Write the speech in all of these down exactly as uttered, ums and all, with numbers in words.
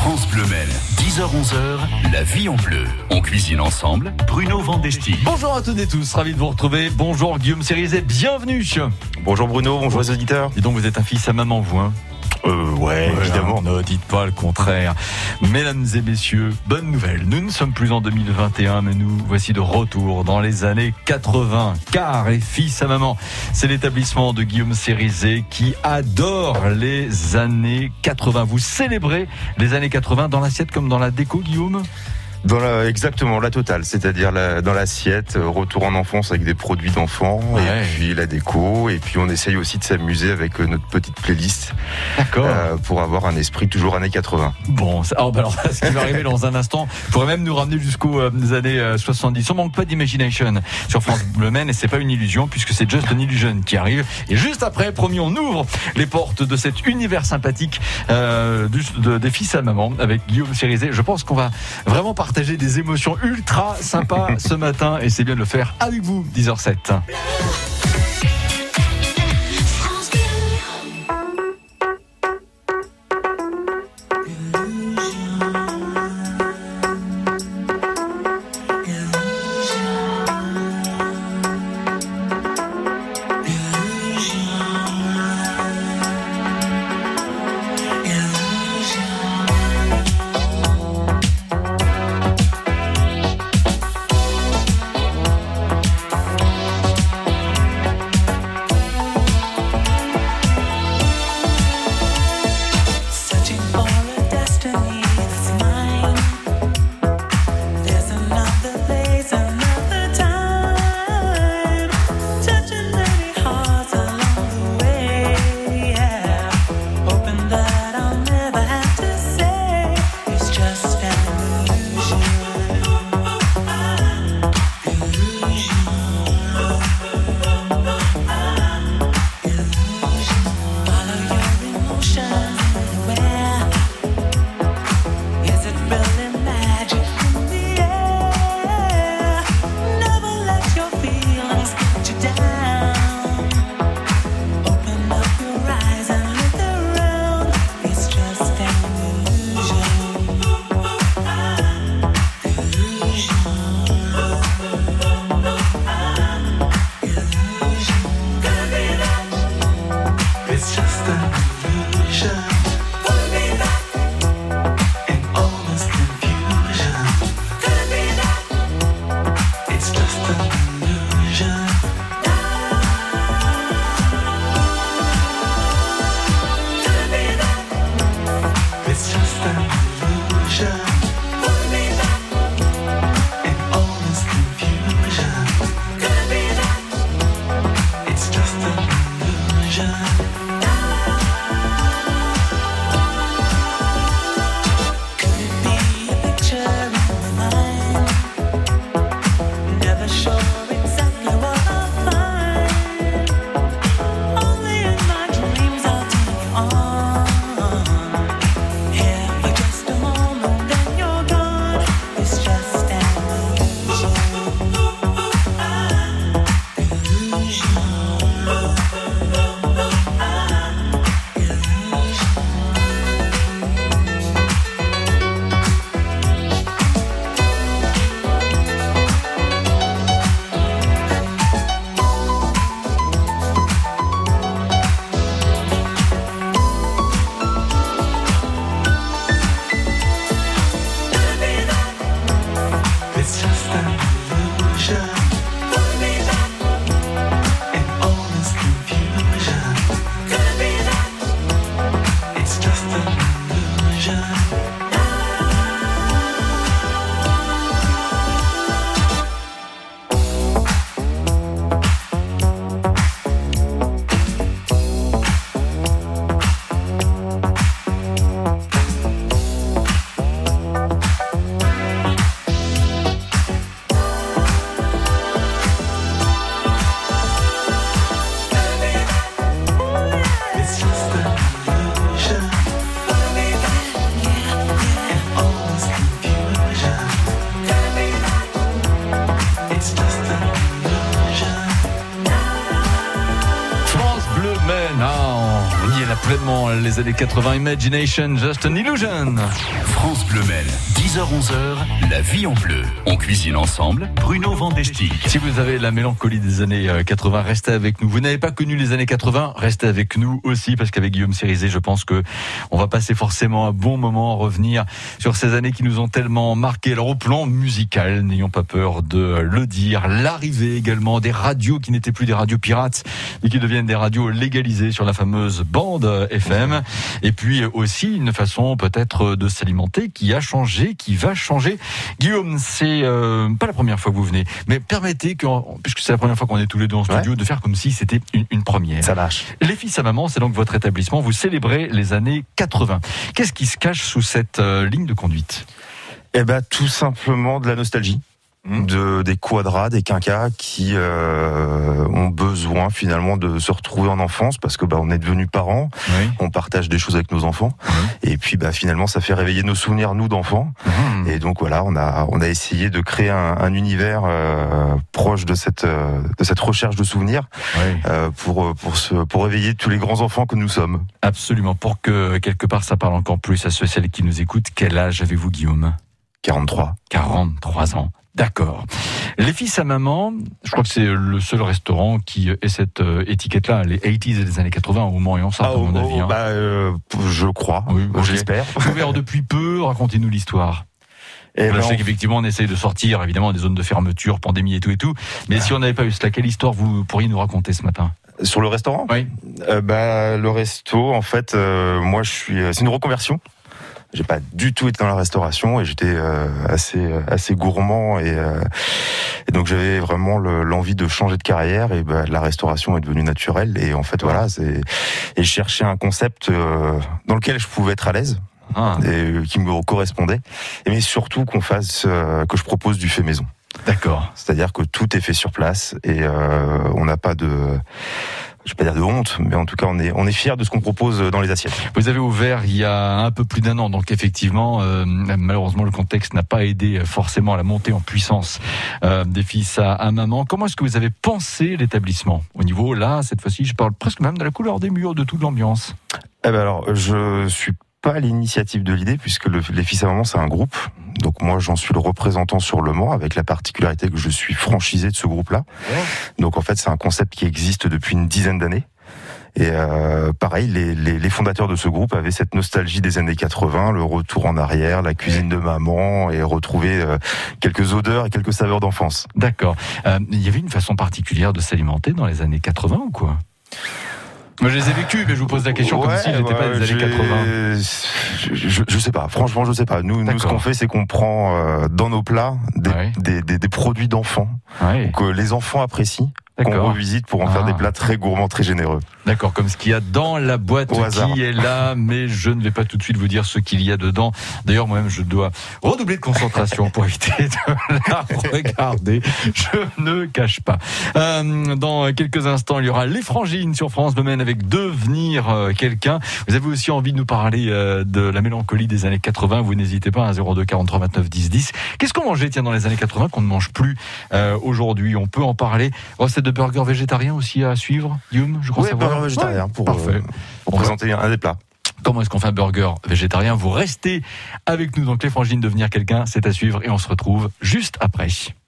France Bleu Maine, dix heures onze heures, la vie en bleu. On cuisine ensemble, Bruno Vandesti. Bonjour à toutes et tous, ravi de vous retrouver. Bonjour Guillaume Cérizet, bienvenue. Bonjour Bruno, bonjour les auditeurs. Et donc vous êtes un fils à maman, vous hein Euh, ouais, ouais, évidemment. Ne dites pas le contraire. Mesdames et messieurs, bonne nouvelle. Nous ne sommes plus en deux mille vingt et un, mais nous voici de retour dans les années quatre-vingts. Car et fils à maman, c'est l'établissement de Guillaume Cérizet qui adore les années quatre-vingts. Vous célébrez les années quatre-vingts dans l'assiette comme dans la déco, Guillaume ? Dans la, exactement, la totale, c'est-à-dire la, dans l'assiette, retour en enfance avec des produits d'enfants, ouais. Et puis la déco, et puis on essaye aussi de s'amuser avec notre petite playlist. D'accord. Euh, pour avoir un esprit toujours années quatre-vingts. Bon, ça, alors, bah alors ce qui va arriver dans un instant pourrait même nous ramener jusqu'aux euh, années euh, soixante-dix. On manque pas d'imagination sur France Bleu Maine, et c'est pas une illusion puisque c'est Just an Illusion qui arrive. Et juste après, promis, on ouvre les portes de cet univers sympathique euh, du, de, des fils à maman avec Guillaume Cérizet. Je pense qu'on va vraiment partager partager des émotions ultra sympas ce matin et c'est bien de le faire avec vous. Dix heures zéro sept. pleinement les années quatre-vingts. Imagination, Just an Illusion. France Bleu Maine, dix heures onze heures, la vie en bleu. On cuisine ensemble, Bruno Vandestick. Si vous avez la mélancolie des années quatre-vingts, restez avec nous. Vous n'avez pas connu les années quatre-vingts, restez avec nous aussi, parce qu'avec Guillaume Cérizet, je pense que on va passer forcément un bon moment, revenir sur ces années qui nous ont tellement marqué. Alors au plan musical, n'ayons pas peur de le dire, l'arrivée également des radios qui n'étaient plus des radios pirates, mais qui deviennent des radios légalisées sur la fameuse bande F M. Et puis aussi une façon peut-être de s'alimenter qui a changé, qui va changer. Guillaume, c'est euh, pas la première fois que vous venez, mais permettez que, puisque c'est la première fois qu'on est tous les deux en studio, ouais. de faire comme si c'était une, une première. Ça marche. Les Fils à Maman, c'est donc votre établissement. Vous célébrez les années quatre-vingts. Qu'est-ce qui se cache sous cette euh, ligne de conduite ? Eh ben, tout simplement de la nostalgie. De, des quadras, des quinquas qui euh, ont besoin finalement de se retrouver en enfance parce que bah, on est devenus parents, oui. on partage des choses avec nos enfants oui. et puis bah, finalement ça fait réveiller nos souvenirs nous d'enfants mmh. et donc voilà on a on a essayé de créer un, un univers euh, proche de cette euh, de cette recherche de souvenirs oui. euh, pour pour se pour réveiller tous les grands enfants que nous sommes. Absolument, pour que quelque part ça parle encore plus à ceux et celles qui nous écoutent. Quel âge avez-vous, Guillaume ? quarante-trois. quarante-trois ans. D'accord. Les Fils à Maman, je crois que c'est le seul restaurant qui ait cette euh, étiquette-là, les quatre-vingt-dix et les années quatre-vingts au Mans et en Sarthe, ah, à mon oh, avis. Hein. Bah, euh, je crois, oui, okay. j'espère. Ouvert depuis peu, racontez-nous l'histoire. Et je ben sais on... qu'effectivement on essaye de sortir évidemment des zones de fermeture, pandémie et tout et tout, mais ah. si on n'avait pas eu cela, quelle histoire vous pourriez nous raconter ce matin ? Sur le restaurant ? Oui. Euh, bah, le resto, en fait, euh, moi je suis, c'est une reconversion. J'ai pas du tout été dans la restauration et j'étais euh, assez assez gourmand et, euh, et donc j'avais vraiment le, l'envie de changer de carrière et bah, la restauration est devenue naturelle et en fait voilà c'est et je cherchais un concept euh, dans lequel je pouvais être à l'aise ah. et euh, qui me correspondait et mais surtout qu'on fasse euh, que je propose du fait maison. D'accord. C'est-à-dire que tout est fait sur place et euh, on n'a pas de je vais pas dire de honte, mais en tout cas, on est, on est fiers de ce qu'on propose dans les assiettes. Vous avez ouvert il y a un peu plus d'un an, donc effectivement, euh, malheureusement, le contexte n'a pas aidé forcément à la montée en puissance euh, des Fils à, à Maman. Comment est-ce que vous avez pensé l'établissement ? Au niveau, là, cette fois-ci, je parle presque même de la couleur des murs, de toute l'ambiance. Eh ben alors, je suis pas à l'initiative de l'idée, puisque le, les Fils à Maman, c'est un groupe. Donc moi, j'en suis le représentant sur le Mans, avec la particularité que je suis franchisé de ce groupe-là. Donc en fait, c'est un concept qui existe depuis une dizaine d'années. Et euh, pareil, les, les, les fondateurs de ce groupe avaient cette nostalgie des années quatre-vingts, le retour en arrière, la cuisine de maman, et retrouver euh, quelques odeurs et quelques saveurs d'enfance. D'accord. Euh, il y avait une façon particulière de s'alimenter dans les années quatre-vingts ou quoi ? Moi, je les ai vécus, mais je vous pose la question ouais, comme s'ils n'étaient ouais, pas des années quatre-vingts. Je, je, je sais pas. Franchement, je sais pas. Nous, nous ce qu'on fait, c'est qu'on prend euh, dans nos plats des, ouais. des, des, des produits d'enfants ouais. que les enfants apprécient. Qu'on revisite pour en ah. faire des plats très gourmands, très généreux. D'accord, comme ce qu'il y a dans la boîte qui est là, mais je ne vais pas tout de suite vous dire ce qu'il y a dedans. D'ailleurs, moi-même, je dois redoubler de concentration pour éviter de la regarder. Je ne cache pas. Euh, dans quelques instants, il y aura les Frangines sur France Bleu Maine avec Devenir euh, quelqu'un. Vous avez aussi envie de nous parler euh, de la mélancolie des années quatre-vingts. Vous n'hésitez pas à zéro deux quarante-trois vingt-neuf dix dix. Qu'est-ce qu'on mangeait, tiens, dans les années quatre-vingts qu'on ne mange plus euh, aujourd'hui ? On peut en parler. Recette de burger végétarien aussi à suivre, Guillaume, je crois oui, savoir. Burger végétarien pour, Parfait. Euh, pour présenter un des plats. Comment est-ce qu'on fait un burger végétarien ? Vous restez avec nous, donc les Frangines Devenir quelqu'un, c'est à suivre et on se retrouve juste après.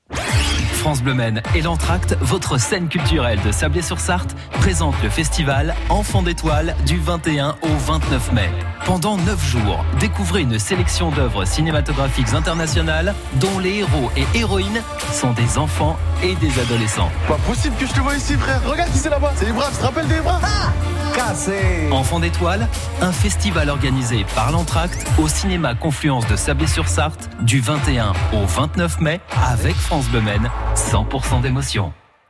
France Bleu Maine et l'Entracte, votre scène culturelle de Sablé-sur-Sarthe, présente le festival Enfants d'étoiles du vingt et un au vingt-neuf mai. Pendant neuf jours, découvrez une sélection d'œuvres cinématographiques internationales dont les héros et héroïnes sont des enfants et des adolescents. Pas possible que je te vois ici, frère. Regarde qui c'est là-bas. C'est les Braves, tu te rappelles des Braves ? Ah ! Cassé. Enfants d'étoiles, un festival organisé par l'Entracte au cinéma Confluence de Sablé-sur-Sarthe du vingt et un au vingt-neuf mai avec France Bleu Maine, cent pour cent d'émotion.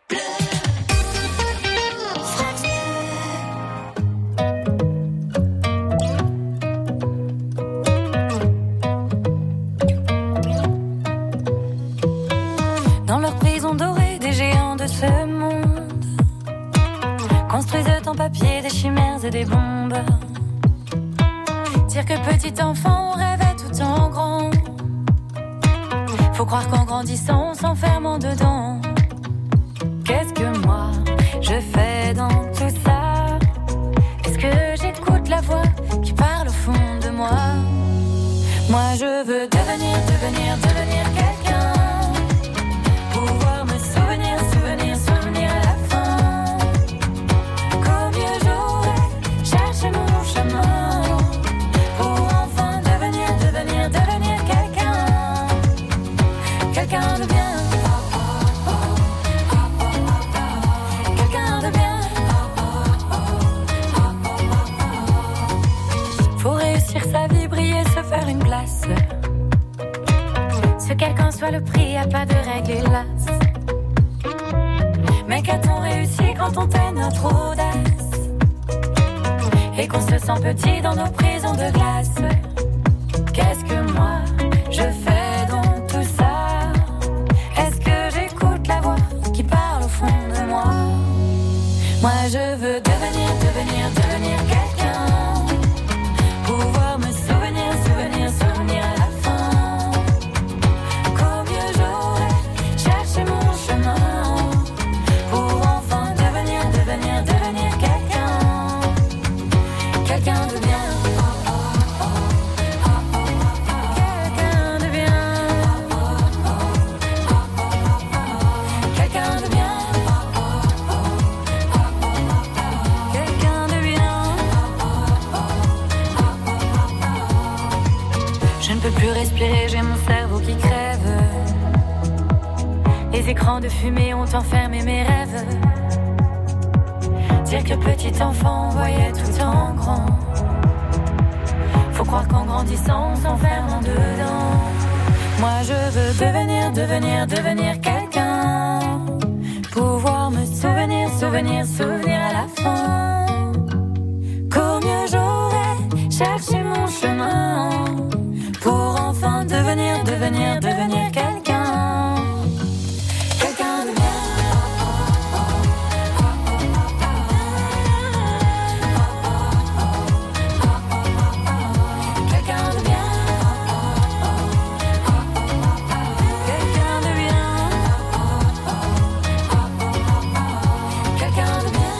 Dans leur prison dorée, des géants de ce monde construisent en papier des chimères et des bombes. Dire que petit enfant on rêvait tout en grand. Faut croire qu'en grandissant on s'enferme dedans. Qu'est-ce que moi je fais dans tout ça? Est-ce que j'écoute la Moi je veux devenir, devenir, devenir quelqu'un. Pouvoir me souvenir, souvenir, souvenir à la fin. Qu'au mieux j'aurais cherché mon chemin. Pour enfin devenir, devenir, devenir quelqu'un. Quelqu'un de bien. Quelqu'un de bien. Faut réussir sa vie, briller, se faire une place. Ce quel qu'en soit le prix, y a pas de règle hélas. Mais qu'a-t-on réussi quand on tait notre audace et qu'on se sent petit dans nos prisons de glace? Qu'est-ce que moi je fais dans tout ça? Est-ce que j'écoute la voix qui parle au fond de moi? Moi je veux devenir, devenir, devenir quelqu'un. Pouvoir me souvenir, souvenir, souvenir à la fin. Qu'au mieux j'aurais cherché mon chemin. Pour enfin devenir, devenir, devenir quelqu'un. Quelqu'un de bien. Quelqu'un de bien. Quelqu'un de bien. Quelqu'un de bien. Je ne peux plus respirer, j'ai mon cerveau qui crève. Les écrans de fumée ont enfermé mes rêves. Dire que petit enfant, on voyait tout en grand. Faut croire qu'en grandissant, on s'enferme en dedans. Moi je veux devenir, devenir, devenir quelqu'un. Pouvoir me souvenir, souvenir, souvenir à la fin. Qu'au mieux j'aurais cherché mon chemin. Pour enfin devenir, devenir, devenir quelqu'un. Quelqu'un de bien. Quelqu'un de bien. Quelqu'un de bien. Quelqu'un de bien. Quelqu'un de bien.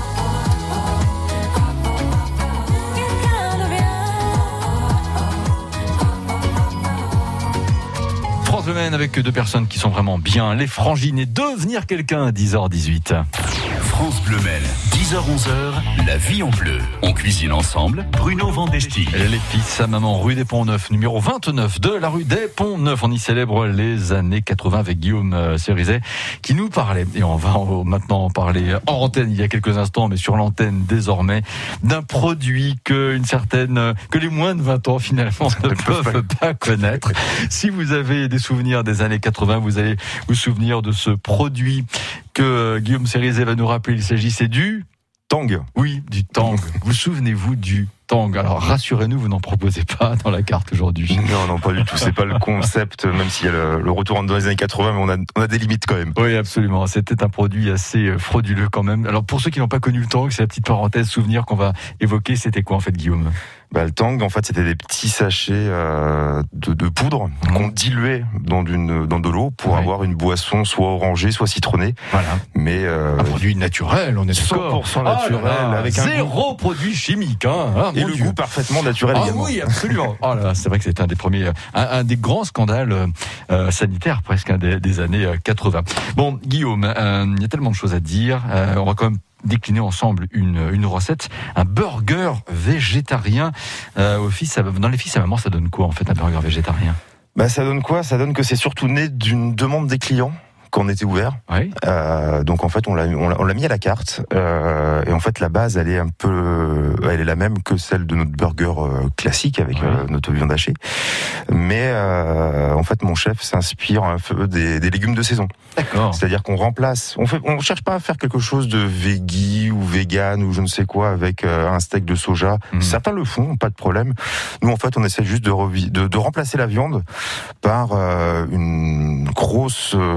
France Bleu Maine avec deux personnes qui sont vraiment bien, les Frangines et devenir quelqu'un à dix heures dix-huit. France Bleu Maine, dix heures onze heures, la vie en bleu. On cuisine ensemble, Bruno Vandestick. Les fils à maman, rue des Ponts-Neufs, numéro vingt-neuf de la rue des Ponts-Neufs. On y célèbre les années quatre-vingts avec Guillaume Cerizet qui nous parlait, et on va maintenant en parler en antenne il y a quelques instants, mais sur l'antenne désormais, d'un produit que une certaine, que les moins de vingt ans finalement ne peuvent pas connaître. Si vous avez des souvenirs des années quatre-vingts, vous allez vous souvenir de ce produit que Guillaume Cerizet va nous rappeler. Il s'agissait du Tang. Oui, du Tang. Vous souvenez-vous du Tang? Alors rassurez-nous, vous n'en proposez pas dans la carte aujourd'hui. Non, non, pas du tout. C'est pas le concept, même s'il y a le, le retour dans les années quatre-vingts, mais on a, on a des limites quand même. Oui, absolument. C'était un produit assez frauduleux quand même. Alors pour ceux qui n'ont pas connu le Tang, c'est la petite parenthèse souvenir qu'on va évoquer. C'était quoi en fait, Guillaume? Bah, le Tang, en fait, c'était des petits sachets euh, de, de poudre mmh. qu'on diluait dans, d'une, dans de l'eau pour ouais. avoir une boisson soit orangée, soit citronnée. Voilà. Mais euh, un produit naturel, on est cent pour cent naturel, ah là, avec zéro un goût... produit chimique, hein. Ah, et le Dieu. goût parfaitement naturel ah, également. Oui, absolument. Oh là, c'est vrai que c'était un des premiers, un, un des grands scandales euh, sanitaires presque hein, des, des années quatre-vingts. Bon, Guillaume, euh, il y a tellement de choses à dire. Euh, on va quand même décliner ensemble une, une recette, un burger végétarien. Euh, au fils, dans les fils à maman, ça donne quoi en fait un burger végétarien? Bah ça donne quoi? Ça donne que c'est surtout né d'une demande des clients quand on était ouvert. Oui. Euh, donc en fait on l'a on l'a, on l'a mis à la carte euh, et en fait la base elle est un peu elle est la même que celle de notre burger euh, classique avec ouais. euh, notre viande hachée. Mais euh, en fait mon chef s'inspire un peu des, des légumes de saison. D'accord. C'est-à-dire qu'on remplace, on fait, on cherche pas à faire quelque chose de veggie ou vegan ou je ne sais quoi avec euh, un steak de soja. Mmh. Certains le font, pas de problème. Nous en fait on essaie juste de, revi- de, de remplacer la viande par euh, une grosse euh, grosse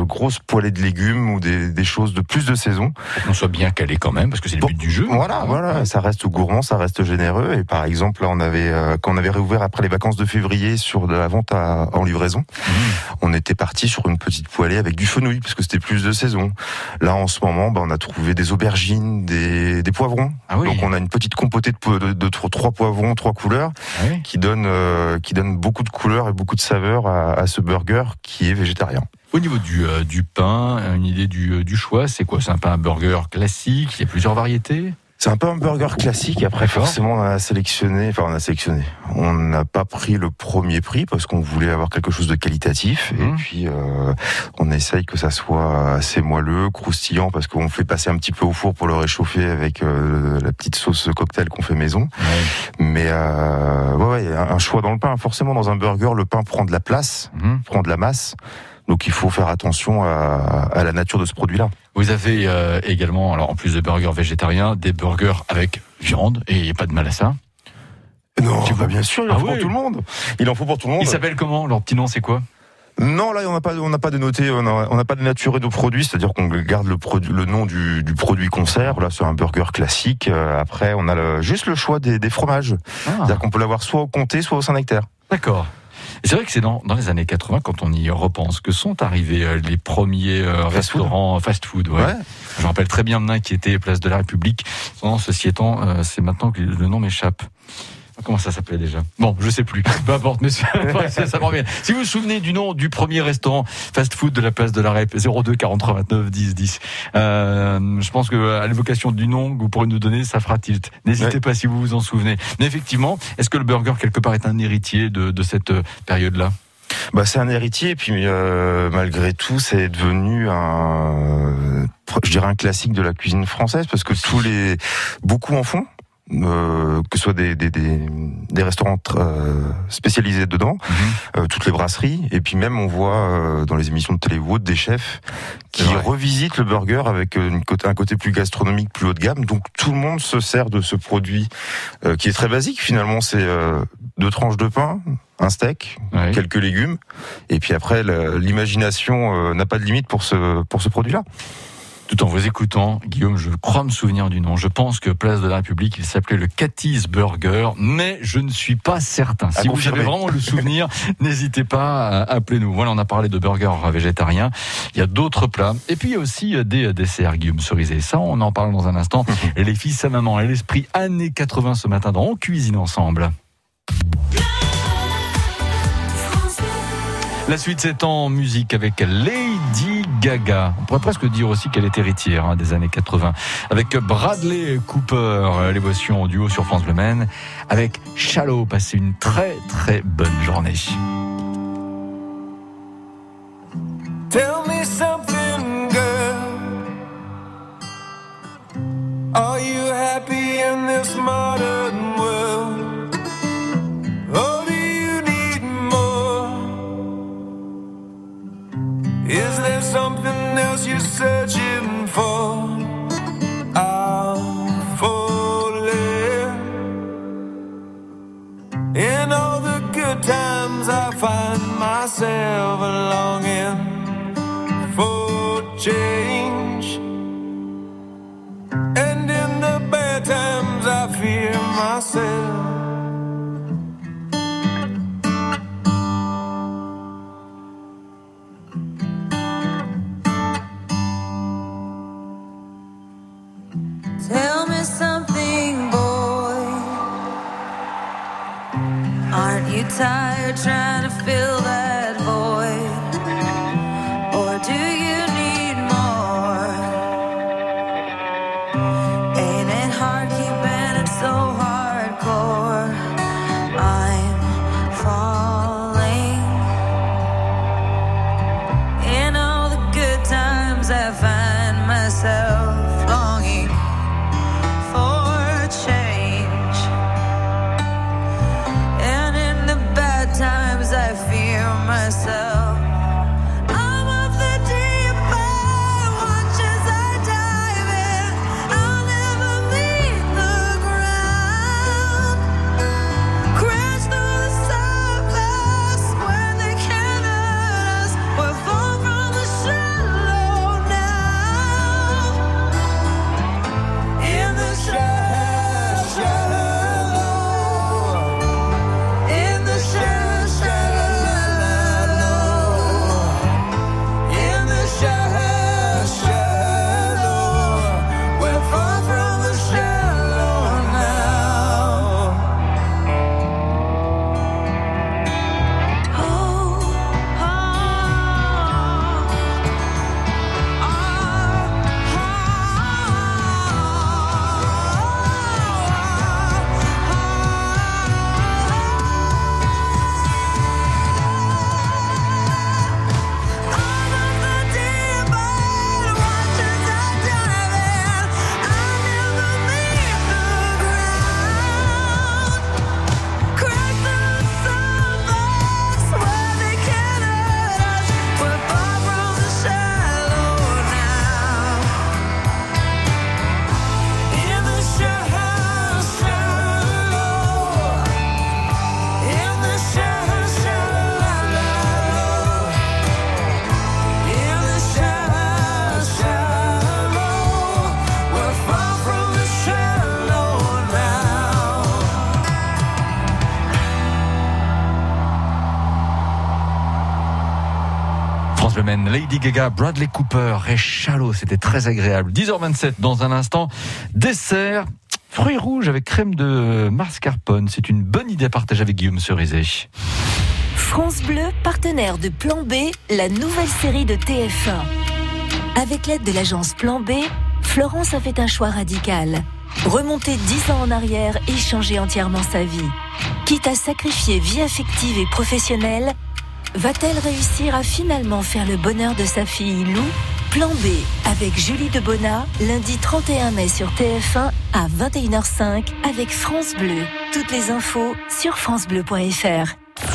poêlée de légumes ou des, des choses de plus de saison. Pour qu'on soit bien calé quand même, parce que c'est le bon, but du jeu. Voilà, voilà, ça reste gourmand, ça reste généreux. Et par exemple, là, on avait, euh, quand on avait réouvert après les vacances de février sur de la vente à, en livraison, mmh. on était parti sur une petite poêlée avec du fenouil, parce que c'était plus de saison. Là, en ce moment, bah, on a trouvé des aubergines, des, des poivrons. Ah oui. Donc, on a une petite compotée de, de, de, de trois poivrons, trois couleurs, ah oui. qui donne, euh, qui donne beaucoup de couleurs et beaucoup de saveurs à, à ce burger qui est végétarien. Au niveau du, euh, du pain, une idée du, euh, du choix, c'est quoi? C'est un pain un burger classique? Il y a plusieurs variétés? C'est un peu un burger classique. Après, D'accord. forcément, on a sélectionné, enfin, on a sélectionné. On n'a pas pris le premier prix parce qu'on voulait avoir quelque chose de qualitatif. Mmh. Et puis, euh, on essaye que ça soit assez moelleux, croustillant, parce qu'on fait passer un petit peu au four pour le réchauffer avec euh, la petite sauce cocktail qu'on fait maison. Ouais. Mais, euh, ouais, ouais, un choix dans le pain. Forcément, dans un burger, le pain prend de la place, mmh. prend de la masse. Donc il faut faire attention à, à la nature de ce produit-là. Vous avez euh, également, alors en plus de burgers végétariens, des burgers avec viande, et il n'y a pas de mal à ça? Non, bah bien sûr, il en ah faut oui. pour tout le monde. Il en faut pour tout le monde. Ils s'appellent comment? Leur petit nom, c'est quoi? Non, là, on n'a pas, on n'a pas dénoté, on n'a on n'a pas dénaturé nos produits, c'est-à-dire qu'on garde le produit, le nom du, du produit qu'on sert. Là, c'est un burger classique. Après, on a le, juste le choix des, des fromages. Ah. C'est-à-dire qu'on peut l'avoir soit au comté, soit au Saint-Nectaire. D'accord. C'est vrai que c'est dans, dans les années quatre-vingts, quand on y repense, que sont arrivés euh, les premiers euh, fast restaurants fast-food. Ouais. Ouais. Je me rappelle très bien d'un qui était Place de la République. Non, ceci étant, euh, c'est maintenant que le nom m'échappe. Comment ça s'appelait déjà? Bon, je sais plus. Peu importe, mais ça, ça me revient. Si vous vous souvenez du nom du premier restaurant fast-food de la Place de la Rép, zéro deux quarante-trois vingt-neuf dix dix. Euh, je pense que à l'évocation du nom que vous pourrez nous donner, ça fera tilt. N'hésitez ouais. pas si vous vous en souvenez. Mais effectivement, est-ce que le burger quelque part est un héritier de, de cette période-là? Bah, c'est un héritier, et puis euh, malgré tout, c'est devenu un, je dirais un classique de la cuisine française, parce que tous les, beaucoup en font. Euh, que ce soit des, des, des, des restaurants euh, spécialisés dedans, mmh. euh, toutes les brasseries, et puis même on voit euh, dans les émissions de télé ou autres des chefs qui revisitent le burger avec une côté, un côté plus gastronomique, plus haut de gamme. Donc tout le monde se sert de ce produit euh, qui est très basique finalement. C'est euh, deux tranches de pain, un steak, oui. quelques légumes, et puis après l'imagination euh, n'a pas de limite pour ce pour ce produit-là. Tout en vous écoutant, Guillaume, je crois me souvenir du nom. Je pense que Place de la République, il s'appelait le Cathy's Burger, mais je ne suis pas certain. Si vous avez vraiment le souvenir, n'hésitez pas à appeler nous. Voilà, on a parlé de burgers végétariens. Il y a d'autres plats. Et puis, il y a aussi des desserts, Guillaume Cerizet. Ça, on en parle dans un instant. Et les filles, sa maman et l'esprit années quatre-vingts ce matin dans On Cuisine Ensemble. La suite, c'est en musique avec Lady Gaga. On pourrait presque dire aussi qu'elle est héritière hein, des années quatre-vingts. Avec Bradley Cooper, l'émotion en duo sur France Bleu Maine. Avec Shallow, passez une très très bonne journée. Tell me something, girl. Are you happy in this modern world? Is there something else you're searching for? I'm falling. In all the good times I find myself longing for change. And in the bad times I fear myself. Tell me something, boy. Aren't you tired trying to fill that void? Or do you need more? Ain't it hard keeping it so hardcore? I'm falling. In all the good times I find myself longing for change, and in the bad times I fear myself. Bleu Maine. Lady Gaga, Bradley Cooper et Shallow, c'était très agréable. dix heures vingt-sept, dans un instant, dessert, fruits rouges avec crème de mascarpone. C'est une bonne idée à partager avec Guillaume Cerizet. France Bleu, partenaire de Plan B, la nouvelle série de T F un. Avec l'aide de l'agence Plan B, Florence a fait un choix radical. Remonter dix ans en arrière et changer entièrement sa vie. Quitte à sacrifier vie affective et professionnelle, va-t-elle réussir à finalement faire le bonheur de sa fille Lou ? Plan B avec Julie Debona, lundi trente et un mai sur T F un à vingt et une heures cinq avec France Bleu. Toutes les infos sur francebleu point f r.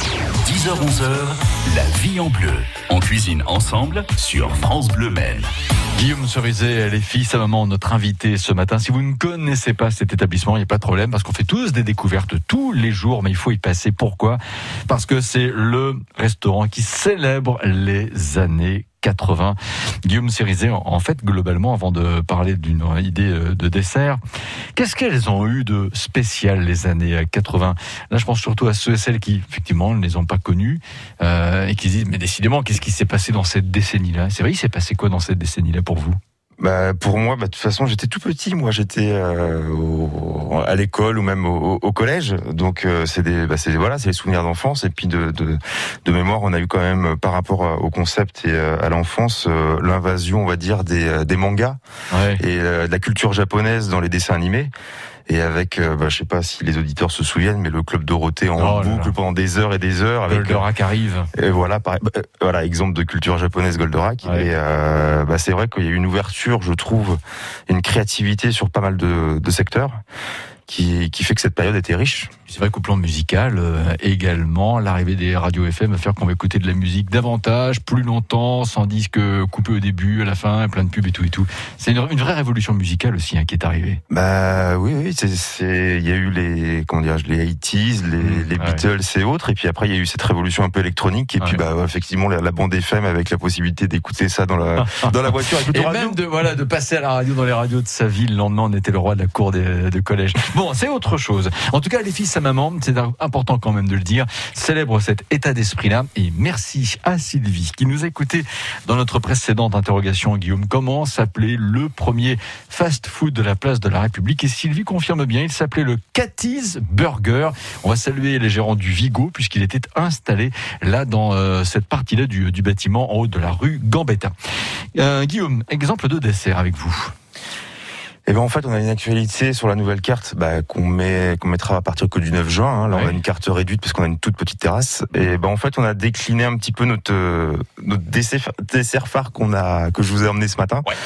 dix heures onze heures, la vie en bleu. On cuisine ensemble sur France Bleu Maine. Guillaume Cerizet, les filles, sa maman, notre invité ce matin. Si vous ne connaissez pas cet établissement, il n'y a pas de problème parce qu'on fait tous des découvertes tous les jours, mais il faut y passer. Pourquoi ? Parce que c'est le restaurant qui célèbre les années quatre-vingts. Guillaume Cerizet, en fait, globalement, avant de parler d'une idée de dessert, qu'est-ce qu'elles ont eu de spécial les années quatre-vingts ? Là, je pense surtout à ceux et celles qui, effectivement, ne les ont pas connus euh, et qui se disent, mais décidément, qu'est-ce qui s'est passé dans cette décennie-là ? C'est vrai, il s'est passé quoi dans cette décennie-là pour vous ? Bah, pour moi, bah, de toute façon, j'étais tout petit. Moi, j'étais euh, au, à l'école ou même au, au collège. Donc, euh, c'est des, bah, c'est voilà, c'est les souvenirs d'enfance. Et puis de, de, de mémoire, on a eu quand même, par rapport au concept et à l'enfance, euh, l'invasion, on va dire, des, des mangas ouais. et euh, de la culture japonaise dans les dessins animés. Et avec, euh, bah, je sais pas si les auditeurs se souviennent, mais le Club Dorothée en oh boucle là. pendant des heures et des heures. Avec Goldorak euh, arrive. Et voilà, pareil, bah, voilà, exemple de culture japonaise Goldorak. Ouais. Et euh, bah, c'est vrai qu'il y a eu une ouverture, je trouve, une créativité sur pas mal de, de secteurs. Qui, qui fait que cette période était riche. C'est vrai qu'au plan musical, euh, également, l'arrivée des radios F M va faire qu'on va écouter de la musique davantage, plus longtemps, sans disque coupé au début, à la fin, plein de pubs et tout et tout. C'est une, une vraie révolution musicale aussi hein, qui est arrivée. Bah oui, oui, c'est, c'est, il y a eu les, comment dirais-je, les eighties, les, mmh, les Beatles ouais. et autres, et puis après il y a eu cette révolution un peu électronique, et ouais. puis bah effectivement la, la bande F M avec la possibilité d'écouter ça dans la dans la voiture avec et même de voilà de passer à la radio dans les radios de sa ville. Le lendemain, on était le roi de la cour des, de collège. Bon, c'est autre chose. En tout cas, les filles, sa maman, c'est important quand même de le dire, célèbre cet état d'esprit-là. Et merci à Sylvie qui nous a écouté dans notre précédente interrogation. Guillaume, comment s'appelait le premier fast-food de la place de la République ? Et Sylvie confirme bien, il s'appelait le Cathy's Burger. On va saluer les gérants du Vigo puisqu'il était installé là dans euh, cette partie-là du, du bâtiment en haut de la rue Gambetta. Euh, Guillaume, exemple de dessert avec vous. Et ben en fait, on a une actualité sur la nouvelle carte bah, qu'on met, qu'on mettra à partir que du neuf juin. Hein. Là, ouais. on a une carte réduite parce qu'on a une toute petite terrasse. Et ben en fait, on a décliné un petit peu notre euh, notre dessert, dessert phare qu'on a que je vous ai emmené ce matin. Ouais.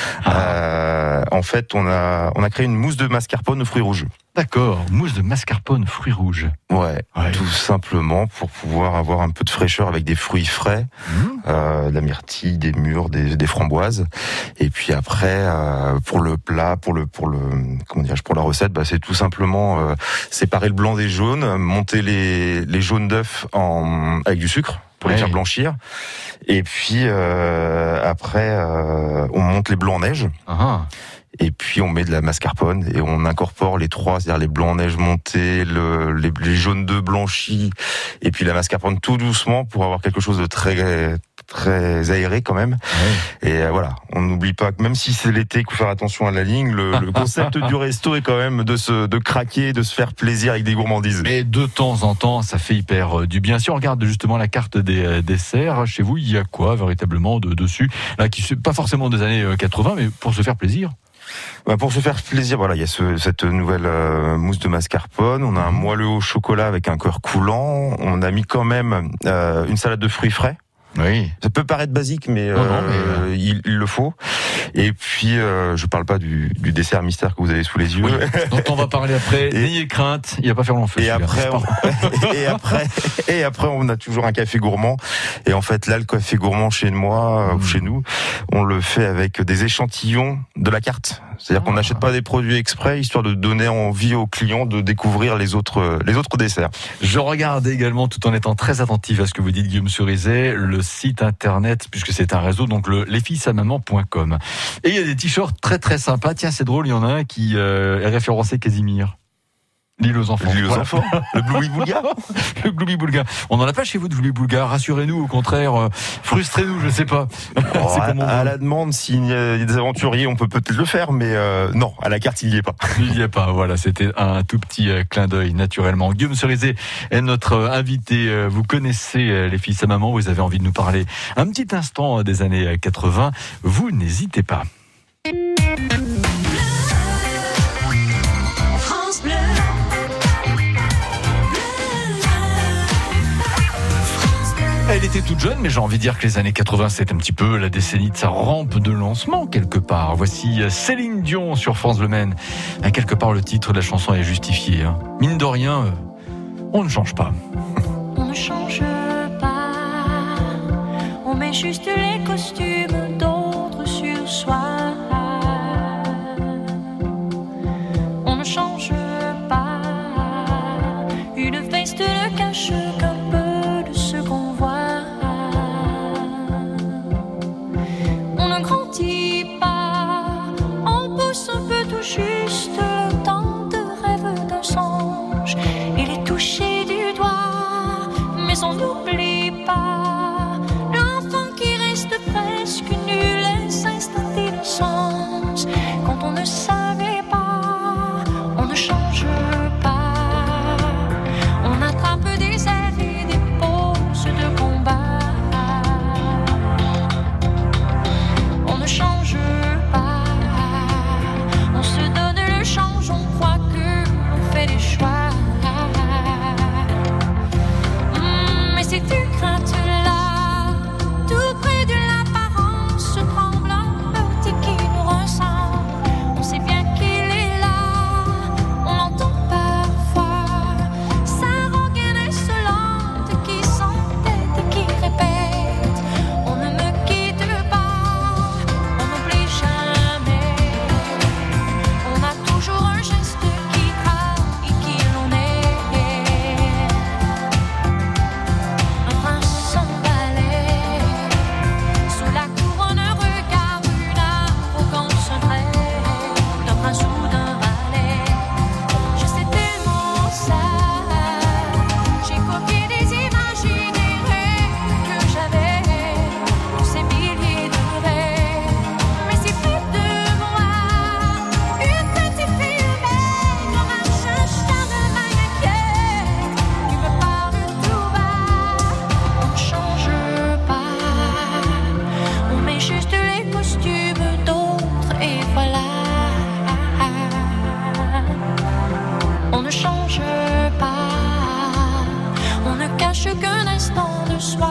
Euh, en fait, on a on a créé une mousse de mascarpone aux fruits rouges. D'accord, mousse de mascarpone fruits rouges. Ouais, ouais, tout simplement pour pouvoir avoir un peu de fraîcheur avec des fruits frais, mmh. euh, de la myrtille, des mûres, des, des framboises. Et puis après, euh, pour le plat, pour le pour le comment dirais-je, pour la recette, bah c'est tout simplement euh, séparer le blanc des jaunes, monter les les jaunes d'œufs en avec du sucre pour ouais. les faire blanchir. Et puis euh, après, euh, on monte les blancs en neige. Uh-huh. Et puis on met de la mascarpone et on incorpore les trois, c'est-à-dire les blancs en neige montés, le, les, les jaunes d'œufs blanchis, et puis la mascarpone tout doucement pour avoir quelque chose de très très aéré quand même. Ouais. Et euh, voilà, on n'oublie pas que même si c'est l'été, qu'il faut faire attention à la ligne, le, le concept du resto est quand même de se de craquer, de se faire plaisir avec des gourmandises. Mais de temps en temps, ça fait hyper euh, du bien. Si on regarde justement la carte des euh, desserts, chez vous, il y a quoi véritablement de dessus là, qui pas forcément des années quatre-vingts, mais pour se faire plaisir. Bah pour se faire plaisir, voilà, il y a ce, cette nouvelle euh, mousse de mascarpone. On a un moelleux au chocolat avec un cœur coulant. On a mis quand même euh, une salade de fruits frais. Oui. Ça peut paraître basique, mais, non, euh, non, mais... Euh, il, il le faut. Et puis, euh, je parle pas du, du dessert mystère que vous avez sous les yeux. Oui, dont on va parler après. Et, n'ayez crainte, il va pas faire long feu. Et après, on, et après, et après, on a toujours un café gourmand. Et en fait, là, le café gourmand chez moi, mmh. chez nous, on le fait avec des échantillons de la carte. C'est-à-dire ah. qu'on n'achète pas des produits exprès, histoire de donner envie aux clients de découvrir les autres, les autres desserts. Je regarde également, tout en étant très attentif à ce que vous dites, Guillaume Cerizet, le site internet, puisque c'est un réseau, donc le les filles sa maman point com. Et il y a des t-shirts très très sympas. Tiens, c'est drôle, il y en a un qui euh, est référencé Casimir. L'île aux enfants. L'île aux Voilà. enfants. Le Gloubi-Boulga. Le Gloubi-Boulga. On n'en a pas chez vous de Gloubi-Boulga. Rassurez-nous, au contraire, euh, frustrez-nous, je sais pas. Oh, C'est à, comme on à veut. la demande, s'il y a des aventuriers, on peut peut-être le faire, mais euh, non, à la carte, il n'y est pas. Il n'y a pas, voilà, c'était un tout petit euh, clin d'œil, naturellement. Guillaume Cerizet est notre euh, invité. Euh, Vous connaissez euh, les filles sa maman, vous avez envie de nous parler un petit instant euh, des années euh, quatre-vingts. Vous n'hésitez pas. France Bleu. Elle était toute jeune, mais j'ai envie de dire que les années quatre-vingts, c'est un petit peu la décennie de sa rampe de lancement, quelque part. Voici Céline Dion sur France Bleu Maine. Hein, quelque part, le titre de la chanson est justifié. Hein. Mine de rien, euh, on ne change pas. On ne change pas, on met juste les costumes d'autres sur soi. On ne change pas, une veste ne cache qu'un peu de ce qu'on voit. On ne grandit pas, on pousse un peu tout juste le temps de rêve d'un songe. Il est touché du doigt, mais on n'oublie pas l'enfant qui reste presque nul et s'installe d'innocence. Quand on ne savait pas, on ne change pas. On attrape des airs et des poses de combat. On ne change pas. On se donne le change, on croit que l'on fait des choix. Mais ces craintes-là, tout près de l'apparence, tremble un petit qui nous ressemble. On sait bien qu'il est là, on l'entend parfois. Sa rengaine insolente qui s'entête et qui répète: on ne me quitte pas, on n'oublie jamais. On a toujours un geste qui trahit qui l'on est. Un prince sans balai, sous la couronne, un regard, une arrogance, un trait d'un prince ou d'un valet. Je sais tellement ça, j'ai copié des images et des rêves que j'avais, tous ces milliers de rêves. Mais si près de moi, une petite fille maigre marche, un charme m'inquiète, qui me parle tout bas. On ne change pas, on met juste les costumes d'autres et voilà. On ne change pas, on ne cache qu'un instant de soi.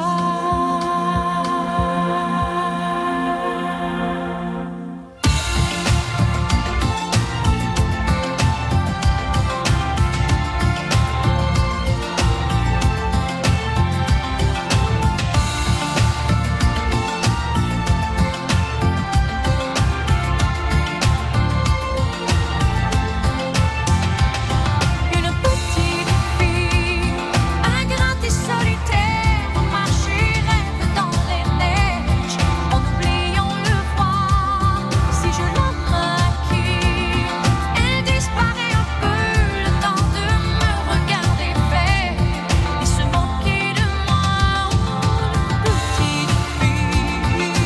Une petite fille, ingrate et solitaire, marche et rêve dans les neiges, en oubliant le froid. Si je la maquille, elle disparaît un peu, le temps de me regarder faire et se moquer de moi. Une petite fille, une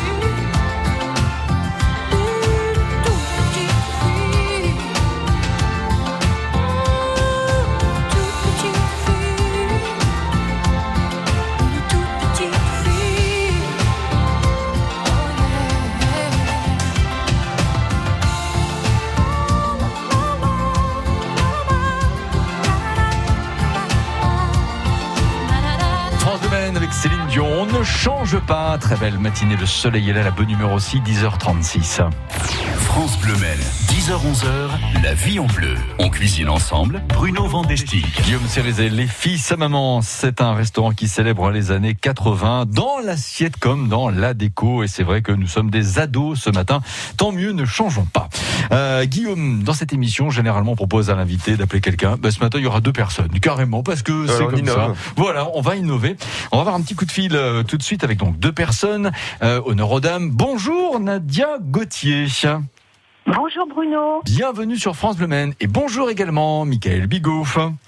toute petite fille. Toute petite fille, une toute petite fille. France Bleu Maine avec Céline Dion. On ne change pas. Très belle matinée. Le soleil est là. La bonne numéro aussi, dix heures trente-six. France Bleu Maine, dix heures onze heures, la vie en bleu. On cuisine ensemble, Bruno Vandestick. Guillaume Cerizet, les filles sa maman, c'est un restaurant qui célèbre les années quatre-vingts dans l'assiette comme dans la déco. Et c'est vrai que nous sommes des ados ce matin. Tant mieux, ne changeons pas. Euh, Guillaume, dans cette émission, généralement, on propose à l'invité d'appeler quelqu'un. Ben, ce matin, il y aura deux personnes, carrément, parce que c'est on comme innove. ça. Voilà, on va innover. On va avoir un petit coup de fil euh, tout de suite avec donc deux personnes. Euh, honneur aux dames. Bonjour Nadia Gauthier. Bonjour Bruno. Bienvenue sur France Bleu Maine et bonjour également Michael Bigot.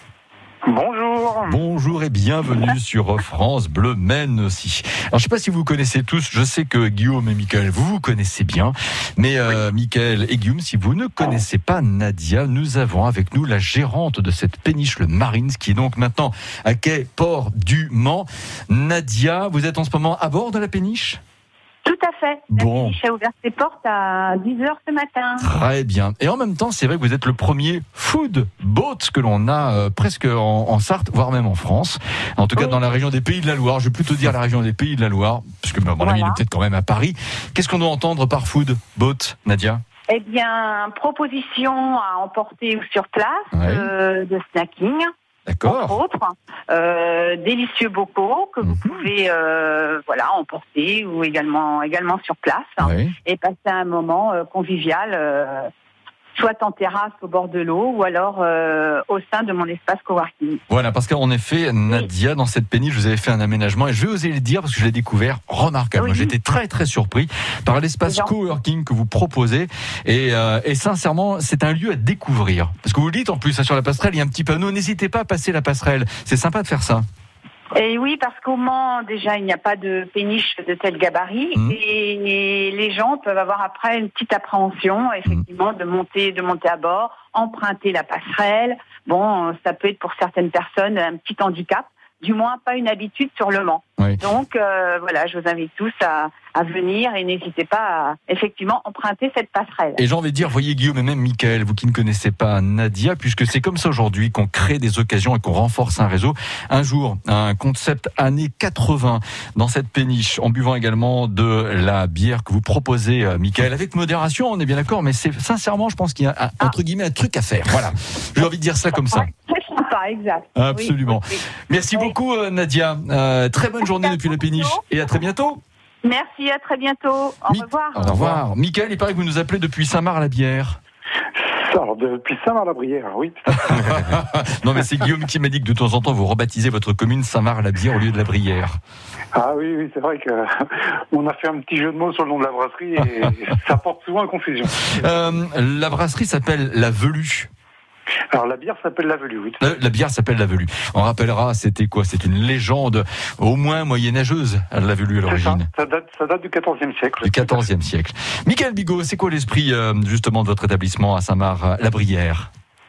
Bonjour. Bonjour et bienvenue sur France Bleu Maine aussi. Alors je sais pas si vous connaissez tous, je sais que Guillaume et Michael, vous vous connaissez bien, mais euh, oui. Michael et Guillaume, si vous ne connaissez pas Nadia, nous avons avec nous la gérante de cette péniche, le Marines, qui est donc maintenant à quai Port du Mans. Nadia, vous êtes en ce moment à bord de la péniche ? Tout à fait. La bon. péniche a ouvert ses portes à dix heures ce matin. Très bien. Et en même temps, c'est vrai que vous êtes le premier food boat que l'on a euh, presque en, en Sarthe, voire même en France. En tout cas, oui. dans la région des Pays de la Loire. Je vais plutôt dire la région des Pays de la Loire, puisque à mon voilà. avis, il est peut-être quand même à Paris. Qu'est-ce qu'on doit entendre par food boat, Nadia ? Eh bien, proposition à emporter ou sur place, ouais. euh, de snacking. D'accord. Entre autres, euh, délicieux bocaux que vous mmh. pouvez euh, voilà emporter ou également également sur place oui. et passer un moment euh, convivial, euh, soit en terrasse au bord de l'eau ou alors euh, au sein de mon espace coworking. Voilà, parce qu'en effet, Nadia, oui. dans cette péniche, vous avez fait un aménagement et je vais oser le dire parce que je l'ai découvert remarquable. Oui. Moi, j'étais très très surpris par l'espace coworking que vous proposez et, euh, et sincèrement, c'est un lieu à découvrir. Parce que vous le dites en plus, sur la passerelle, il y a un petit panneau, n'hésitez pas à passer la passerelle. C'est sympa de faire ça. Et oui, parce qu'au Mans, déjà, il n'y a pas de péniche de tel gabarit mmh. et les gens peuvent avoir après une petite appréhension, effectivement, mmh. de monter, de monter à bord, emprunter la passerelle. Bon, ça peut être pour certaines personnes un petit handicap, du moins pas une habitude sur le Mans. Oui. Donc euh, voilà, je vous invite tous à, à venir et n'hésitez pas à effectivement emprunter cette passerelle. Et j'ai envie de dire, voyez Guillaume et même Michael, vous qui ne connaissez pas Nadia, puisque c'est comme ça aujourd'hui qu'on crée des occasions et qu'on renforce un réseau. Un jour, un concept années quatre-vingts dans cette péniche, en buvant également de la bière que vous proposez, Michael, avec modération, on est bien d'accord, mais c'est sincèrement, je pense qu'il y a un, ah. entre guillemets un truc à faire. Voilà, j'ai envie de dire ça comme ça. Pas exact. Absolument. Oui, oui. Merci oui. beaucoup Nadia. Euh, très bonne journée depuis la péniche et à très bientôt. Merci, à très bientôt. Au Mi- revoir. Au revoir. Michael, il paraît que vous nous appelez depuis Saint-Marc-la-Bière. Alors, depuis Saint-Marc-la-Brière, oui. Non, mais c'est Guillaume qui m'a dit que de temps en temps, vous rebaptisez votre commune Saint-Marc-la-Bière au lieu de la Brière. Ah oui, oui, c'est vrai qu'on a fait un petit jeu de mots sur le nom de la brasserie et ça porte souvent à confusion. Euh, la brasserie s'appelle La Velue. Alors la bière s'appelle la Velue, oui. La, la bière s'appelle la Velue. On rappellera, c'était quoi ? C'est une légende au moins moyenâgeuse, la Velue à l'origine. Ça, ça, date, ça date du quatorzième siècle. Du quatorzième siècle. Michael Bigot, c'est quoi l'esprit euh, justement de votre établissement à Saint-Marc-la-Brière ?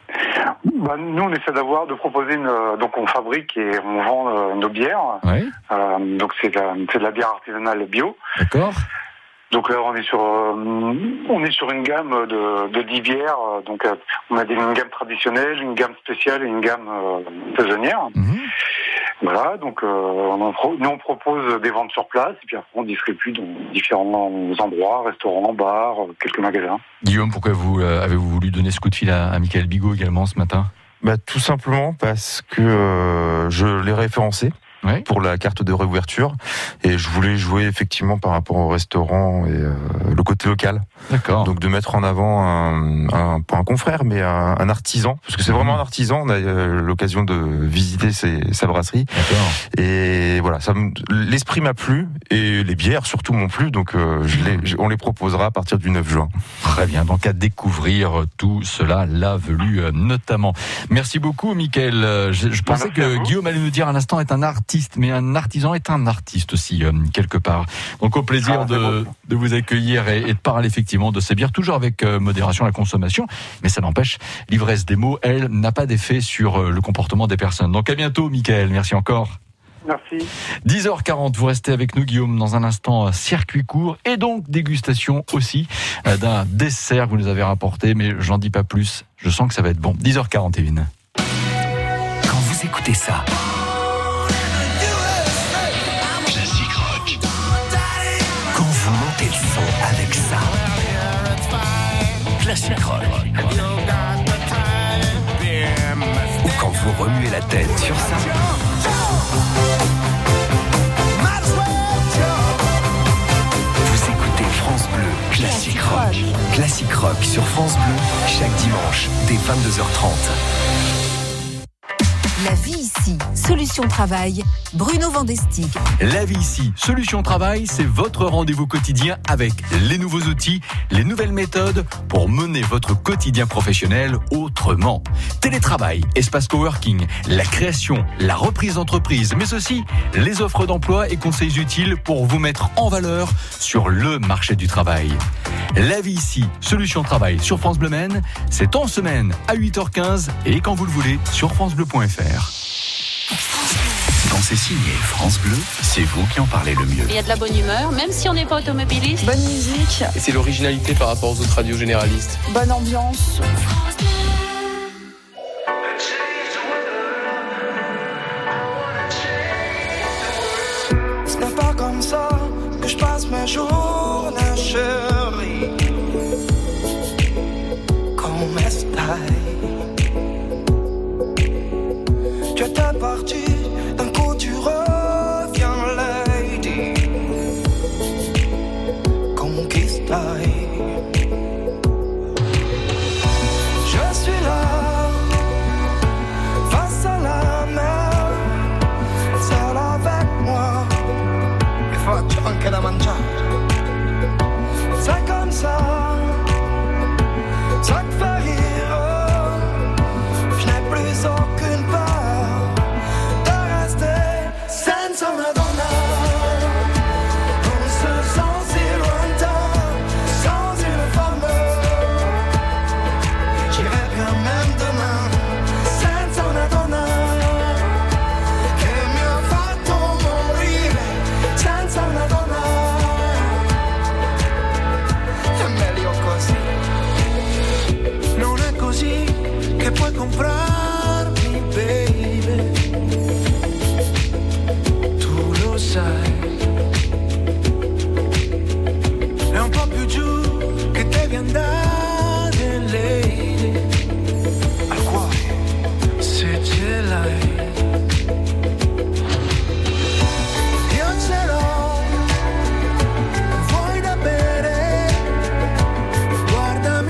Bah, nous, on essaie d'avoir, de proposer une, donc on fabrique et on vend euh, nos bières. Oui. Euh, donc c'est, la, c'est de la bière artisanale bio. D'accord. Donc là, on est sur, euh, on est sur une gamme de, de dix bières. Donc, euh, on a une gamme traditionnelle, une gamme spéciale et une gamme euh, saisonnière. Mmh. Voilà. Donc, euh, on en pro- nous on propose des ventes sur place et puis après on distribue dans différents endroits, restaurants, bars, quelques magasins. Guillaume, pourquoi vous euh, avez-vous voulu donner ce coup de fil à, à Michael Bigot également ce matin ? Bah, tout simplement parce que euh, je l'ai référencé. Oui. Pour la carte de réouverture et je voulais jouer effectivement par rapport au restaurant et euh, le côté local. D'accord. Donc de mettre en avant un, un pas un confrère mais un, un artisan parce que c'est vraiment un artisan. On a euh, l'occasion de visiter ses, sa brasserie. D'accord. Et voilà, ça l'esprit m'a plu et les bières surtout m'ont plu donc euh, je les, je, on les proposera à partir du neuf juin. Très bien. Donc à découvrir tout cela, La Velue notamment. Merci beaucoup, Michael. Je, je pensais que Guillaume allait nous dire un instant est un artiste. Mais un artisan est un artiste aussi, euh, quelque part. Donc, au plaisir ah, de, de vous accueillir et, et de parler effectivement de ces bières, toujours avec euh, modération à la consommation. Mais ça n'empêche, l'ivresse des mots, elle, n'a pas d'effet sur euh, le comportement des personnes. Donc, à bientôt, Michael. Merci encore. Merci. dix heures quarante, vous restez avec nous, Guillaume, dans un instant, circuit court et donc dégustation aussi euh, d'un dessert que vous nous avez rapporté, mais j'en dis pas plus. Je sens que ça va être bon. dix heures quarante et une. Quand vous écoutez ça, avec ça, Classic Rock. Ou quand vous remuez la tête sur ça, vous écoutez France Bleu Classic Rock. Classic Rock sur France Bleu chaque dimanche dès vingt-deux heures trente. La vie ici ici, Solution Travail, Bruno Vandestick. La vie ici, Solution Travail, c'est votre rendez-vous quotidien avec les nouveaux outils, les nouvelles méthodes pour mener votre quotidien professionnel autrement. Télétravail, espace coworking, la création, la reprise d'entreprise, mais aussi les offres d'emploi et conseils utiles pour vous mettre en valeur sur le marché du travail. La vie ici, Solution Travail sur France Bleu Maine, c'est en semaine à huit heures quinze et quand vous le voulez sur francebleu point f r. Quand c'est signé France Bleu, c'est vous qui en parlez le mieux. Il y a de la bonne humeur, même si on n'est pas automobiliste. Bonne musique. Et c'est l'originalité par rapport aux autres radios généralistes. Bonne ambiance. Ce n'est pas comme ça que je passe mes journées, chérie. Comme est-ce tu étais parti, d'un coup tu reviens, lady. Conquista. Je suis là, face à la mer, seul avec moi. Il faut anche da mangiare. C'est comme ça, ça te fait rire. Je n'ai plus aucune peur. Comprarmi, baby, tu lo sai. È un po' più giù che devi andare, lady. Al cuore, se ce l'hai. Io ce l'ho, vuoi da bere? Guardami.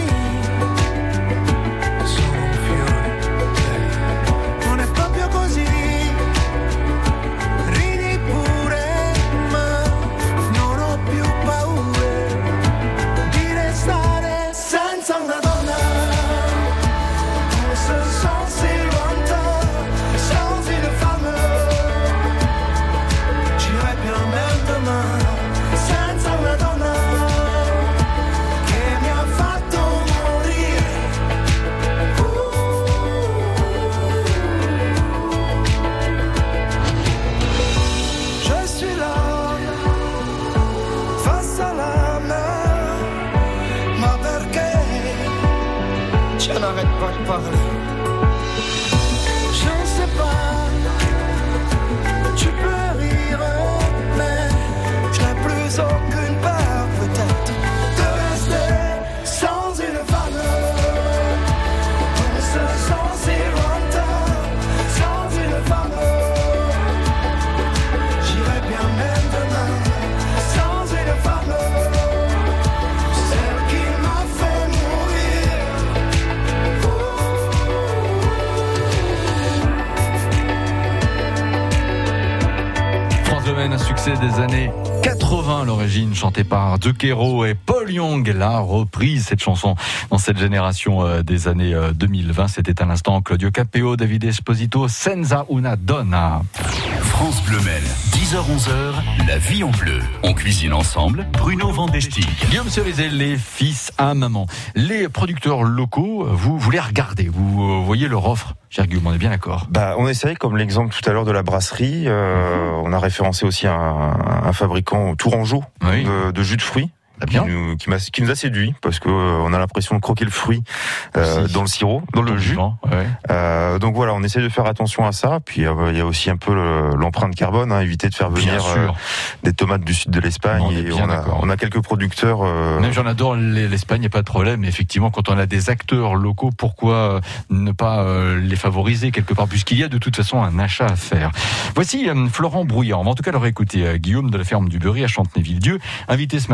Un succès des années quatre-vingts à l'origine, chanté par De Quero et Paul Young. La reprise, cette chanson dans cette génération des années deux mille vingt. C'était à l'instant Claudio Capéo, David Esposito, Senza una donna. France Bleu Maine, dix heures onze heures, la vie en bleu. On cuisine ensemble, Bruno Vandestick. Guillaume Cerizet, les fils à maman. Les producteurs locaux, vous, vous les regardez, vous voyez leur offre. Cher Guillaume, on est bien d'accord. Bah, on essaye, comme l'exemple tout à l'heure de la brasserie. Euh, on a référencé aussi un, un fabricant tourangeau oui. de, de jus de fruits. Qui nous, qui, qui nous a séduit parce que euh, on a l'impression de croquer le fruit euh, dans le sirop, dans le jus. Ouais. Euh, donc voilà, on essaie de faire attention à ça. Puis il euh, y a aussi un peu le, l'empreinte carbone, hein, éviter de faire venir euh, des tomates du sud de l'Espagne. On et on a, on a quelques producteurs. Euh... Même j'en adore l'Espagne, il n'y a pas de problème. Mais effectivement, quand on a des acteurs locaux, pourquoi ne pas euh, les favoriser quelque part, puisqu'il y a de toute façon un achat à faire. Voici euh, Florent Brouillard. On va en tout cas leur écouter. Euh, Guillaume de la ferme du Berry à Chantenay-Villedieu, invité ce matin de Cirque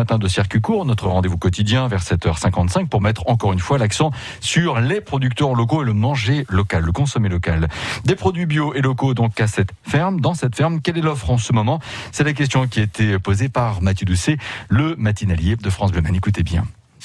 circuit court, notre rendez-vous quotidien vers sept heures cinquante-cinq pour mettre encore une fois l'accent sur les producteurs locaux et le manger local, le consommer local. Des produits bio et locaux donc à cette ferme. Dans cette ferme, quelle est l'offre en ce moment? C'est la question qui a été posée par Mathieu Doucet, le matinalier de France Bleu Maine. Écoutez bien.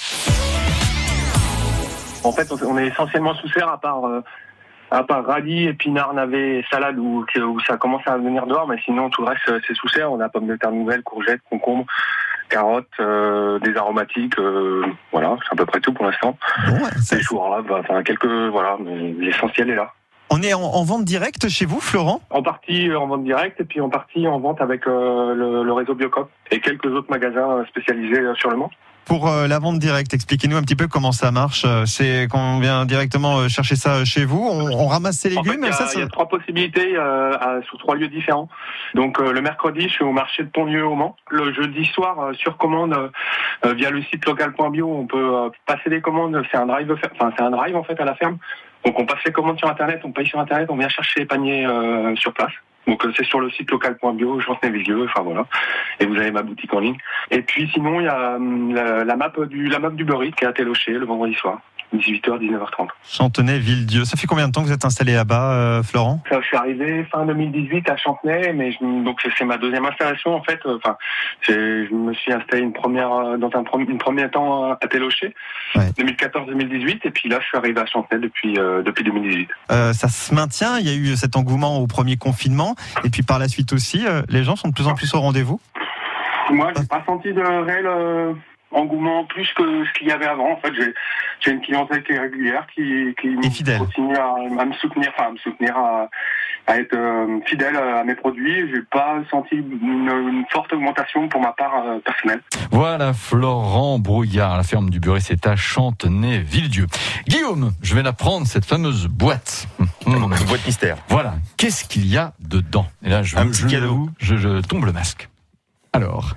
En fait, on est essentiellement sous serre à part... Euh... à part radis, épinards, navets et salade où, où ça commence à venir dehors, mais sinon tout le reste c'est sous serre. On a pommes de terre nouvelles, courgettes, concombres, carottes, euh, des aromatiques, euh, voilà, c'est à peu près tout pour l'instant. Bon, ouais, des choux arabes, enfin quelques, voilà, mais l'essentiel est là. On est en, en vente directe chez vous, Florent? En partie en vente directe et puis en partie en vente avec euh, le, le réseau Biocop et quelques autres magasins spécialisés sur le Mans. Pour euh, la vente directe, expliquez-nous un petit peu comment ça marche. C'est quand on vient directement chercher ça chez vous, on, on ramasse ses légumes. En fait, il y a, ça, ça... y a trois possibilités euh, à, sur trois lieux différents. Donc euh, le mercredi, je suis au marché de Pontlieu au Mans. Le jeudi soir, euh, sur commande euh, via le site local point bio, on peut euh, passer des commandes. C'est un drive, enfin c'est un drive en fait à la ferme. Donc on passe les commandes sur internet, on paye sur internet, on vient chercher les paniers euh, sur place. Donc euh, c'est sur le site local point bio, Chantenay-Villedieu, enfin voilà. Et vous avez ma boutique en ligne. Et puis sinon il y a euh, la, la map du la map du Beurrique qui est à Télocher le vendredi soir, dix-huit heures dix-neuf heures trente. Chantenay-Villedieu. Ça fait combien de temps que vous êtes installé là-bas, euh, Florent? Ça, je suis arrivé fin deux mille dix-huit à Chantenay, mais je, donc c'est ma deuxième installation en fait. Enfin, je me suis installé une première dans un une premier temps à Télocher, ouais. deux mille quatorze deux mille dix-huit, et puis là je suis arrivé à Chantenay depuis euh, depuis deux mille dix-huit. Euh, ça se maintient. Il y a eu cet engouement au premier confinement, et puis par la suite aussi, euh, les gens sont de plus en plus au rendez-vous. Moi, j'ai pas senti de réel euh, engouement plus que ce qu'il y avait avant. En fait, j'ai, j'ai une clientèle qui est régulière, qui, qui continue à, à me soutenir, enfin à me soutenir, à, à être euh, fidèle à mes produits. J'ai pas senti une, une forte augmentation pour ma part euh, personnelle. Voilà, Florent Brouillard, la ferme du Beurrique, c'est à Chantenay-Villedieu. Guillaume, je vais la prendre, cette fameuse boîte. Une boîte mystère. Voilà, qu'est-ce qu'il y a dedans? Et là, je, un petit je, cadeau. Je, je tombe le masque. Alors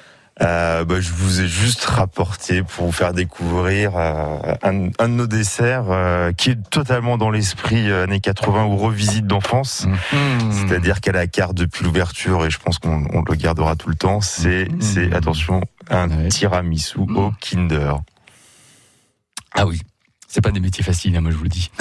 euh, bah, je vous ai juste rapporté pour vous faire découvrir euh, un, un de nos desserts euh, qui est totalement dans l'esprit euh, années quatre-vingts ou revisite d'enfance. Mmh. C'est-à-dire qu'à la carte depuis l'ouverture, et je pense qu'on on le gardera tout le temps, c'est, mmh. c'est attention, un ouais. tiramisu mmh. au Kinder. Ah oui. C'est pas des métiers faciles, hein, moi je vous le dis.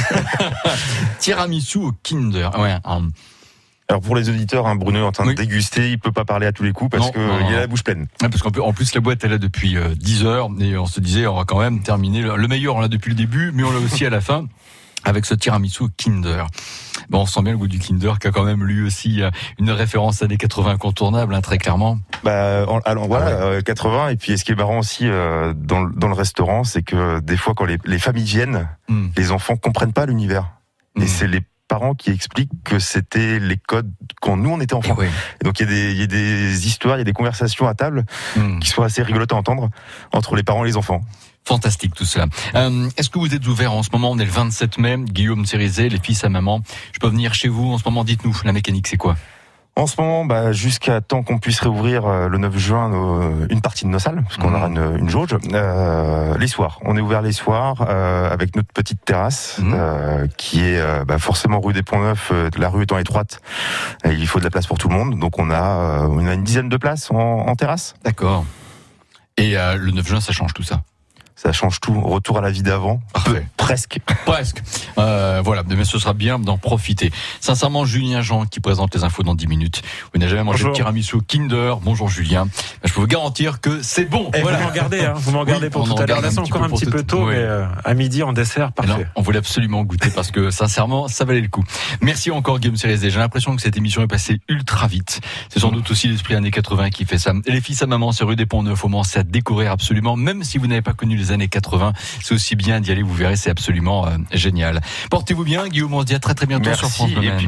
Tiramisu au Kinder. Ouais, um... Alors pour les auditeurs, hein, Bruno est en train oui. de déguster, il peut pas parler à tous les coups parce qu'il a la bouche pleine. Ouais, parce qu'en en plus la boîte elle est là depuis euh, dix heures et on se disait on va quand même terminer le meilleur on l'a depuis le début, mais on l'a aussi à la fin avec ce tiramisu au Kinder. Bon, on sent bien le goût du Kinder qui a quand même lui aussi une référence années quatre-vingts incontournable, hein, très clairement. Bah, alors voilà, ah ouais. euh, quatre-vingts. Et puis, ce qui est marrant aussi euh, dans, dans le restaurant, c'est que des fois, quand les, les familles viennent, mm. les enfants comprennent pas l'univers. Mm. Et c'est les parents qui expliquent que c'était les codes quand nous on était enfants. Et, oui. et donc il y a des il y a des histoires, il y a des conversations à table mm. qui sont assez rigolotes à entendre entre les parents et les enfants. Fantastique tout cela. Euh, est-ce que vous êtes ouvert en ce moment? On est le vingt-sept mai, Guillaume Cérizet, les fils à maman. Je peux venir chez vous en ce moment? Dites-nous, la mécanique c'est quoi? En ce moment, bah, jusqu'à temps qu'on puisse réouvrir euh, le neuf juin nos, une partie de nos salles, parce qu'on mmh. aura une, une jauge, euh, les soirs. On est ouvert les soirs euh, avec notre petite terrasse mmh. euh, qui est euh, bah, forcément rue des Ponts-Neufs. Euh, la rue étant étroite, et il faut de la place pour tout le monde. Donc on a, euh, on a une dizaine de places en, en terrasse. D'accord. Et euh, le neuf juin, ça change tout ça? Ça change tout. Retour à la vie d'avant. Peu, presque. Presque. Euh, voilà. Mais ce sera bien d'en profiter. Sincèrement, Julien Jean qui présente les infos dans dix minutes. Vous n'avez jamais mangé Bonjour. de tiramisu Kinder. Bonjour Julien. Je peux vous garantir que c'est bon. Et voilà. Vous m'en gardez, hein. Vous m'en gardez oui, pour tout à l'heure. Là, c'est encore un petit peu tôt, oui. mais euh, à midi en dessert, parfait. Non, on voulait absolument goûter parce que sincèrement, ça valait le coup. Merci encore Guillaume Cérizet. J'ai l'impression que cette émission est passée ultra vite. C'est sans doute aussi l'esprit années quatre-vingts qui fait ça. Et les fils à maman, c'est rue des Ponts-Neufs au Mans. C'est à découvrir absolument. Même si vous n'avez pas connu les années quatre-vingts, c'est aussi bien d'y aller, vous verrez, c'est absolument euh, génial. Portez-vous bien, Guillaume, on se dit à très très bientôt Merci, sur France Bleu Maine.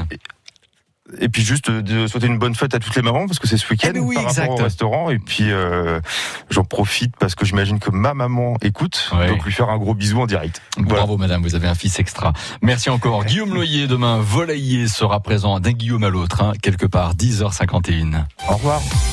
Et puis juste de souhaiter une bonne fête à toutes les mamans parce que c'est ce week-end eh oui, par exact. rapport au restaurant. Et puis euh, j'en profite parce que j'imagine que ma maman écoute, ouais. donc lui faire un gros bisou en direct. Bravo voilà. Madame, vous avez un fils extra. Merci encore. Guillaume Loyer, demain, Volailler sera présent d'un Guillaume à l'autre, hein, quelque part, dix heures cinquante et une. Au revoir.